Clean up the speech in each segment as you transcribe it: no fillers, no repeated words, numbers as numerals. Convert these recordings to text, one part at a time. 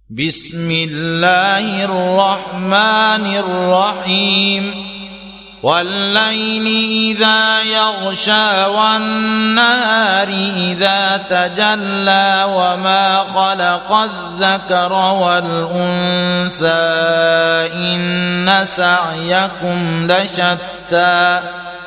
بسم الله الرحمن الرحيم والليل إذا يغشى والنهار إذا تجلى وما خلق الذكر والأنثى إن سعيكم لشتى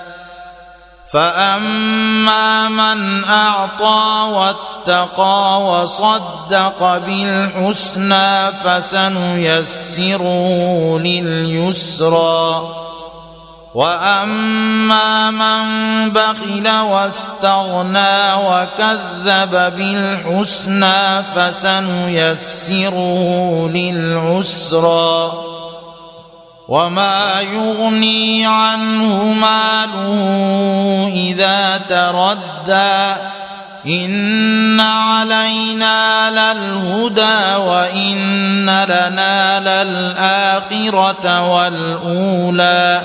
فأما من أعطى واتقى وصدق بالحسنى فسنيسره لليسرى وأما من بخل واستغنى وكذب بالحسنى فسنيسره للعسرى وما يغني عنه ماله إذا تردى إن علينا للهدى وإن لنا للآخرة والأولى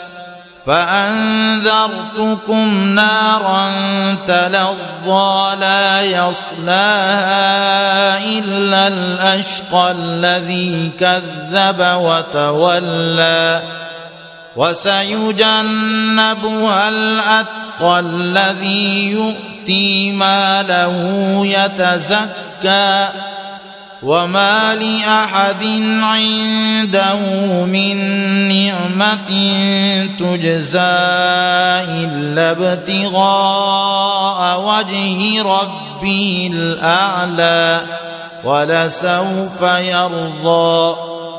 فأنذرتكم نارا تلظى لا يصلاها إلا الأشقى الذي كذب وتولى وسيجنبها الأتقى الذي يؤتي ماله يتزكى وما لأحد عنده من نعمة تجزى إلا ابتغاء وجه ربه الأعلى ولسوف يرضى